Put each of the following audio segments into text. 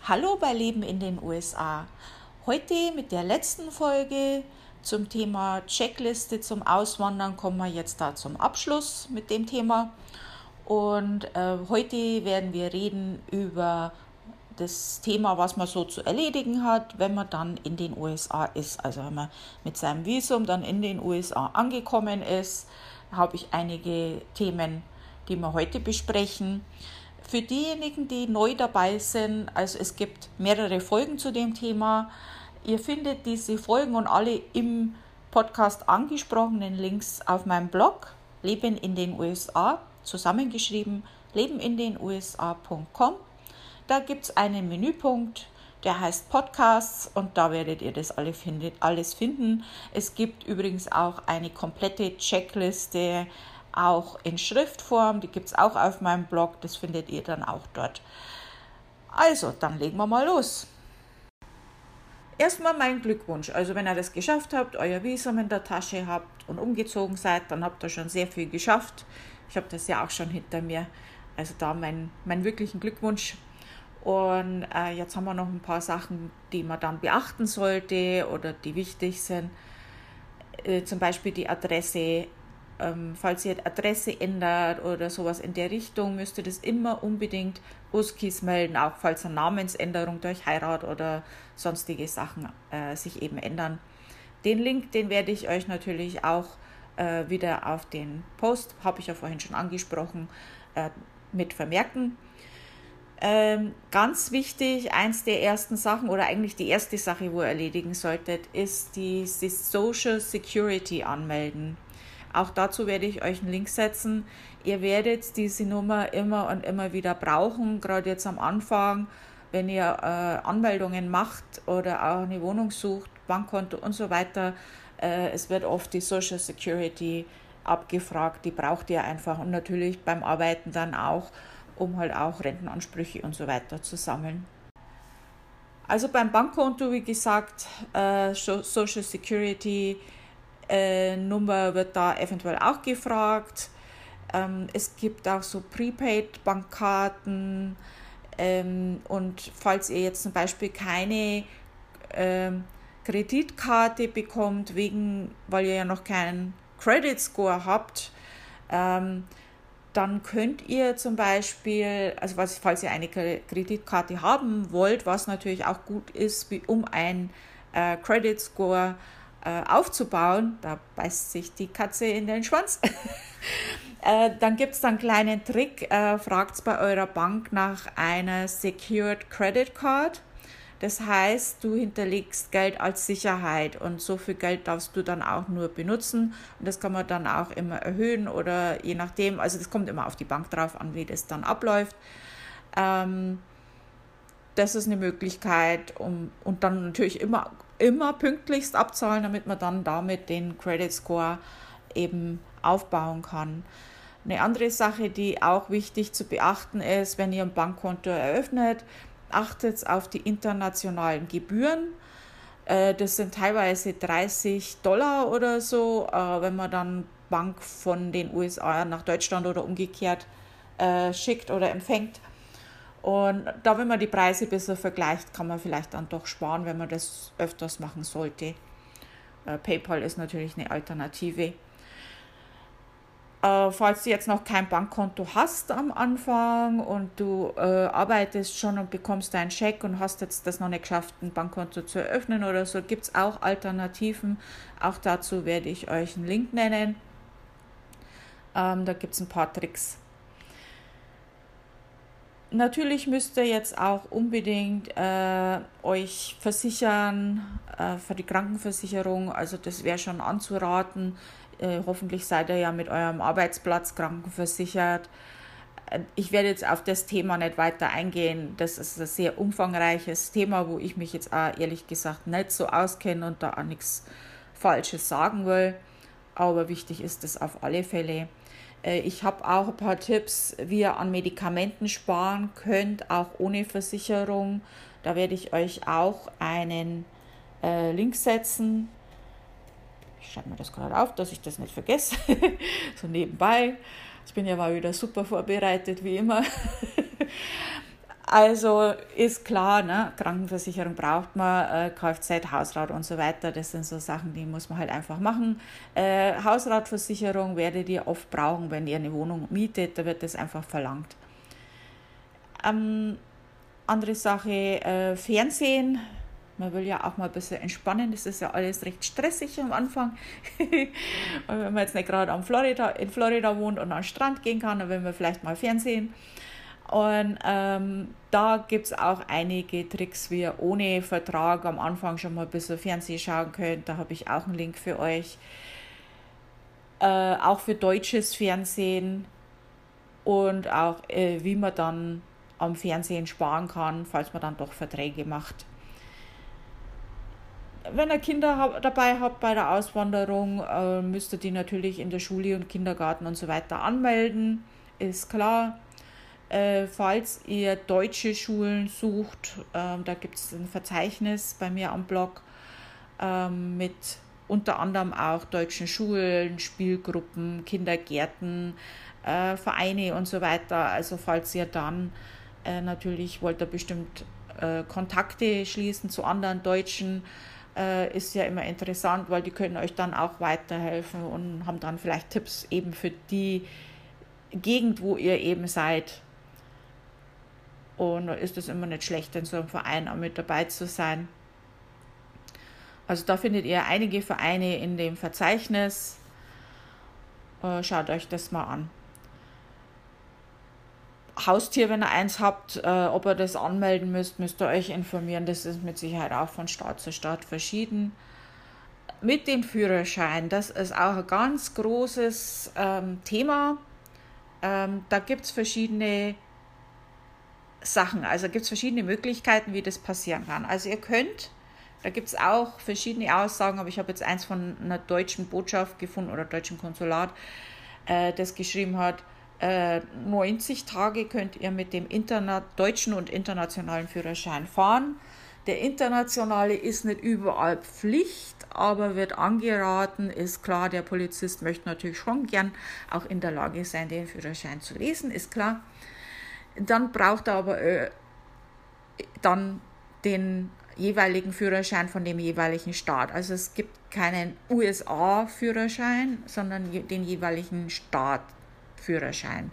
Hallo bei Leben in den USA. Heute mit der letzten Folge zum Thema Checkliste zum Auswandern kommen wir jetzt da zum Abschluss mit dem Thema. Und heute werden wir reden über das Thema, was man so zu erledigen hat, wenn man dann in den USA ist. Also wenn man mit seinem Visum dann in den USA angekommen ist, habe ich einige Themen, die wir heute besprechen. Für diejenigen, die neu dabei sind, also es gibt mehrere Folgen zu dem Thema. Ihr findet diese Folgen und alle im Podcast angesprochenen Links auf meinem Blog Leben in den USA, zusammengeschrieben lebenindenusa.com. Da gibt es einen Menüpunkt, der heißt Podcasts und da werdet ihr das alles finden. Es gibt übrigens auch eine komplette Checkliste, auch in Schriftform, die gibt es auch auf meinem Blog, das findet ihr dann auch dort. Also, dann legen wir mal los. Erstmal mein Glückwunsch, also wenn ihr das geschafft habt, euer Visum in der Tasche habt und umgezogen seid, dann habt ihr schon sehr viel geschafft. Ich habe das ja auch schon hinter mir, also da mein wirklichen Glückwunsch. Und jetzt haben wir noch ein paar Sachen, die man dann beachten sollte oder die wichtig sind. Zum Beispiel die Adresse. Falls ihr die Adresse ändert oder sowas in der Richtung, müsst ihr das immer unbedingt USCIS melden, auch falls eine Namensänderung durch Heirat oder sonstige Sachen sich eben ändern. Den Link, den werde ich euch natürlich auch wieder auf den Post, habe ich ja vorhin schon angesprochen, mit vermerken. Ganz wichtig, eins der ersten Sachen oder eigentlich die erste Sache, wo ihr erledigen solltet, ist die Social Security anmelden. Auch dazu werde ich euch einen Link setzen. Ihr werdet diese Nummer immer und immer wieder brauchen, gerade jetzt am Anfang, wenn ihr Anmeldungen macht oder auch eine Wohnung sucht, Bankkonto und so weiter. Es wird oft die Social Security abgefragt, die braucht ihr einfach und natürlich beim Arbeiten dann auch, um halt auch Rentenansprüche und so weiter zu sammeln. Also beim Bankkonto, wie gesagt, Social Security Nummer wird da eventuell auch gefragt. Es gibt auch so Prepaid-Bankkarten und falls ihr jetzt zum Beispiel keine Kreditkarte bekommt, weil ihr ja noch keinen Credit Score habt, dann könnt ihr zum Beispiel, also falls ihr eine Kreditkarte haben wollt, was natürlich auch gut ist, um ein Credit Score aufzubauen, da beißt sich die Katze in den Schwanz, dann gibt es einen kleinen Trick, fragt bei eurer Bank nach einer Secured Credit Card. Das heißt, du hinterlegst Geld als Sicherheit und so viel Geld darfst du dann auch nur benutzen und das kann man dann auch immer erhöhen oder je nachdem, also das kommt immer auf die Bank drauf an, wie das dann abläuft. Das ist eine Möglichkeit und dann natürlich immer pünktlichst abzahlen, damit man dann damit den Credit Score eben aufbauen kann. Eine andere Sache, die auch wichtig zu beachten ist, wenn ihr ein Bankkonto eröffnet, achtet auf die internationalen Gebühren. Das sind teilweise $30 oder so, wenn man dann Bank von den USA nach Deutschland oder umgekehrt schickt oder empfängt. Und da, wenn man die Preise ein bisschen vergleicht, kann man vielleicht dann doch sparen, wenn man das öfters machen sollte. PayPal ist natürlich eine Alternative. Falls du jetzt noch kein Bankkonto hast am Anfang und du arbeitest schon und bekommst einen Scheck und hast jetzt das noch nicht geschafft, ein Bankkonto zu eröffnen oder so, gibt es auch Alternativen. Auch dazu werde ich euch einen Link nennen. Da gibt es ein paar Tricks. Natürlich müsst ihr jetzt auch unbedingt euch versichern für die Krankenversicherung, also das wäre schon anzuraten. Hoffentlich seid ihr ja mit eurem Arbeitsplatz krankenversichert. Ich werde jetzt auf das Thema nicht weiter eingehen. Das ist ein sehr umfangreiches Thema, wo ich mich jetzt auch ehrlich gesagt nicht so auskenne und da auch nichts Falsches sagen will. Aber wichtig ist es auf alle Fälle. Ich habe auch ein paar Tipps, wie ihr an Medikamenten sparen könnt, auch ohne Versicherung. Da werde ich euch auch einen Link setzen. Ich schreibe mir das gerade auf, dass ich das nicht vergesse. So nebenbei. Ich bin ja mal wieder super vorbereitet, wie immer. Also ist klar, ne? Krankenversicherung braucht man, Kfz, Hausrat und so weiter. Das sind so Sachen, die muss man halt einfach machen. Hausratversicherung werdet ihr oft brauchen, wenn ihr eine Wohnung mietet. Da wird das einfach verlangt. Andere Sache, Fernsehen. Man will ja auch mal ein bisschen entspannen. Das ist ja alles recht stressig am Anfang. Wenn man jetzt nicht gerade in Florida wohnt und an den Strand gehen kann, dann will man vielleicht mal Fernsehen. Und da gibt es auch einige Tricks, wie ihr ohne Vertrag am Anfang schon mal ein bisschen Fernsehen schauen könnt. Da habe ich auch einen Link für euch. Auch für deutsches Fernsehen und auch wie man dann am Fernsehen sparen kann, falls man dann doch Verträge macht. Wenn ihr Kinder dabei habt bei der Auswanderung, müsst ihr die natürlich in der Schule und Kindergarten und so weiter anmelden, ist klar. Falls ihr deutsche Schulen sucht, da gibt es ein Verzeichnis bei mir am Blog mit unter anderem auch deutschen Schulen, Spielgruppen, Kindergärten, Vereine und so weiter. Also falls ihr dann natürlich wollt ihr bestimmt Kontakte schließen zu anderen Deutschen, ist ja immer interessant, weil die können euch dann auch weiterhelfen und haben dann vielleicht Tipps eben für die Gegend, wo ihr eben seid. Und da ist es immer nicht schlecht, in so einem Verein auch mit dabei zu sein. Also da findet ihr einige Vereine in dem Verzeichnis. Schaut euch das mal an. Haustier, wenn ihr eins habt, ob ihr das anmelden müsst ihr euch informieren. Das ist mit Sicherheit auch von Staat zu Staat verschieden. Mit dem Führerschein, das ist auch ein ganz großes Thema. Da gibt es verschiedene Sachen, also gibt es verschiedene Möglichkeiten, wie das passieren kann. Also ihr könnt, da gibt es auch verschiedene Aussagen, aber ich habe jetzt eins von einer deutschen Botschaft gefunden oder deutschen Konsulat, das geschrieben hat, 90 Tage könnt ihr mit dem deutschen und internationalen Führerschein fahren. Der internationale ist nicht überall Pflicht, aber wird angeraten, ist klar, der Polizist möchte natürlich schon gern auch in der Lage sein, den Führerschein zu lesen, ist klar. Dann braucht er aber dann den jeweiligen Führerschein von dem jeweiligen Staat. Also es gibt keinen USA-Führerschein, sondern den jeweiligen Staat-Führerschein.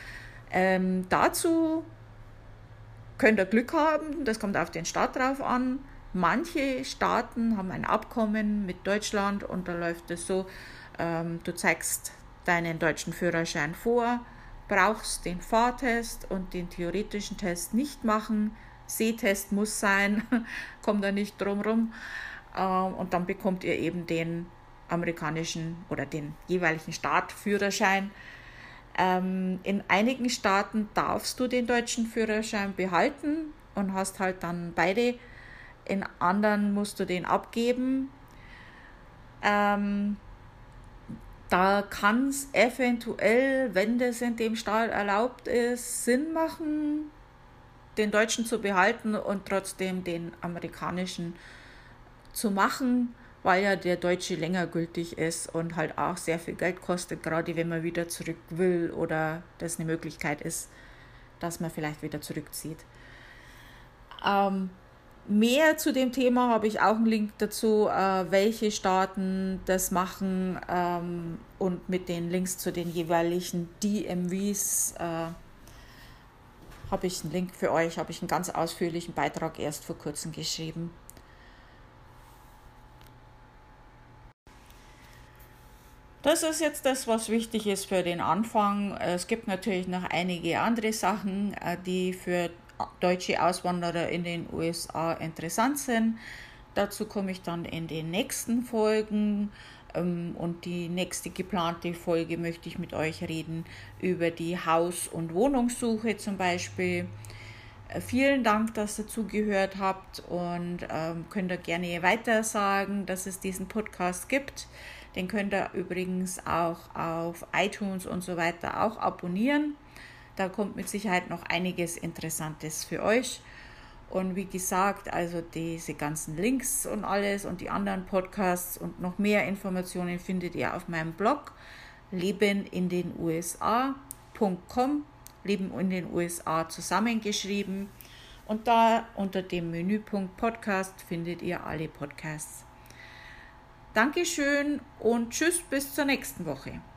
Dazu könnt ihr Glück haben, das kommt auf den Staat drauf an. Manche Staaten haben ein Abkommen mit Deutschland und da läuft es so, du zeigst deinen deutschen Führerschein vor, brauchst den Fahrtest und den theoretischen Test nicht machen. Sehtest muss sein, kommt da nicht drum rum. Und dann bekommt ihr eben den amerikanischen oder den jeweiligen Staatführerschein. In einigen Staaten darfst du den deutschen Führerschein behalten und hast halt dann beide. In anderen musst du den abgeben. Da kann es eventuell, wenn das in dem Staat erlaubt ist, Sinn machen, den deutschen zu behalten und trotzdem den amerikanischen zu machen, weil ja der deutsche länger gültig ist und halt auch sehr viel Geld kostet, gerade wenn man wieder zurück will oder das eine Möglichkeit ist, dass man vielleicht wieder zurückzieht. Mehr zu dem Thema habe ich auch einen Link dazu, welche Staaten das machen und mit den Links zu den jeweiligen DMVs habe ich einen Link für euch, habe ich einen ganz ausführlichen Beitrag erst vor kurzem geschrieben. Das ist jetzt das, was wichtig ist für den Anfang. Es gibt natürlich noch einige andere Sachen, die für deutsche Auswanderer in den USA interessant sind. Dazu komme ich dann in den nächsten Folgen und die nächste geplante Folge möchte ich mit euch reden über die Haus- und Wohnungssuche zum Beispiel. Vielen Dank, dass ihr zugehört habt und könnt ihr gerne weiter sagen, dass es diesen Podcast gibt. Den könnt ihr übrigens auch auf iTunes und so weiter auch abonnieren. Da kommt mit Sicherheit noch einiges Interessantes für euch. Und wie gesagt, also diese ganzen Links und alles und die anderen Podcasts und noch mehr Informationen findet ihr auf meinem Blog lebenindenusa.com, Leben in den USA zusammengeschrieben. Und da unter dem Menüpunkt Podcast findet ihr alle Podcasts. Dankeschön und tschüss bis zur nächsten Woche.